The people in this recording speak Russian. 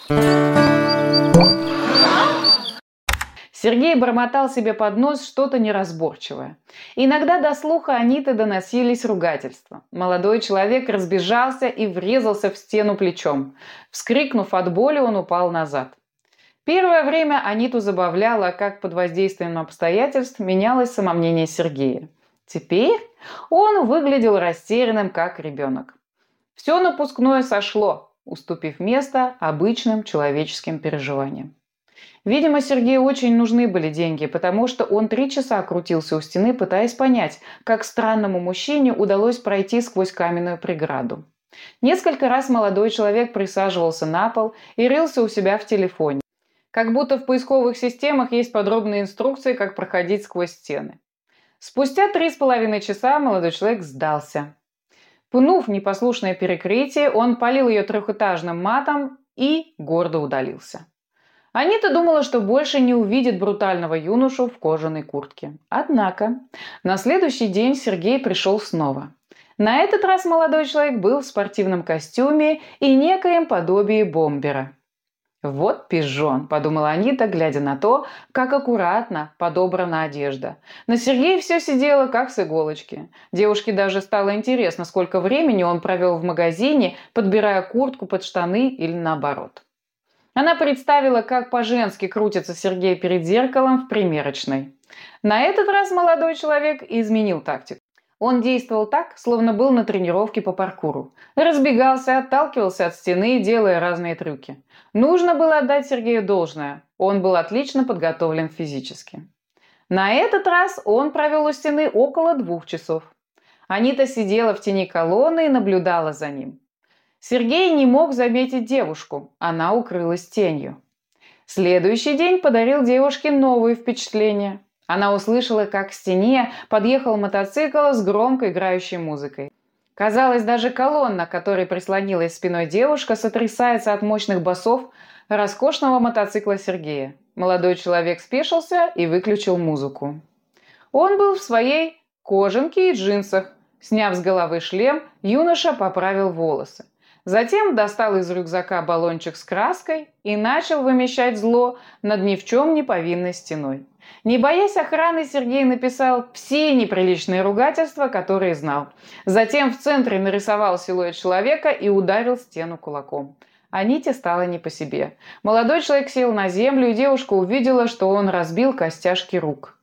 Сергей бормотал себе под нос что-то неразборчивое. Иногда до слуха Аниты доносились ругательства. Молодой человек разбежался и врезался в стену плечом. Вскрикнув от боли, он упал назад. Первое время Аниту забавляло, как под воздействием обстоятельств менялось самомнение Сергея. Теперь он выглядел растерянным, как ребенок. Все напускное сошло, уступив место обычным человеческим переживаниям. Видимо, Сергею очень нужны были деньги, потому что он 3 часа крутился у стены, пытаясь понять, как странному мужчине удалось пройти сквозь каменную преграду. Несколько раз молодой человек присаживался на пол и рылся у себя в телефоне. Как будто в поисковых системах есть подробные инструкции, как проходить сквозь стены. Спустя 3,5 часа молодой человек сдался. Пнув непослушное перекрытие, он полил ее трехэтажным матом и гордо удалился. Анита думала, что больше не увидит брутального юношу в кожаной куртке. Однако на следующий день Сергей пришел снова. На этот раз молодой человек был в спортивном костюме и некоем подобии бомбера. «Вот пижон», – подумала Анита, глядя на то, как аккуратно подобрана одежда. На Сергее все сидело, как с иголочки. Девушке даже стало интересно, сколько времени он провел в магазине, подбирая куртку под штаны или наоборот. Она представила, как по-женски крутится Сергей перед зеркалом в примерочной. На этот раз молодой человек изменил тактику. Он действовал так, словно был на тренировке по паркуру. Разбегался, отталкивался от стены, делая разные трюки. Нужно было отдать Сергею должное. Он был отлично подготовлен физически. На этот раз он провел у стены около 2 часов. Анита сидела в тени колонны и наблюдала за ним. Сергей не мог заметить девушку, она укрылась тенью. Следующий день подарил девушке новые впечатления. Она услышала, как к стене подъехал мотоцикл с громко играющей музыкой. Казалось, даже колонна, к которой прислонилась спиной девушка, сотрясается от мощных басов роскошного мотоцикла Сергея. Молодой человек спешился и выключил музыку. Он был в своей кожанке и джинсах. Сняв с головы шлем, юноша поправил волосы. Затем достал из рюкзака баллончик с краской и начал вымещать зло над ни в чем не повинной стеной. Не боясь охраны, Сергей написал все неприличные ругательства, которые знал. Затем в центре нарисовал силуэт человека и ударил стену кулаком. Аните стало не по себе. Молодой человек сел на землю, и девушка увидела, что он разбил костяшки рук.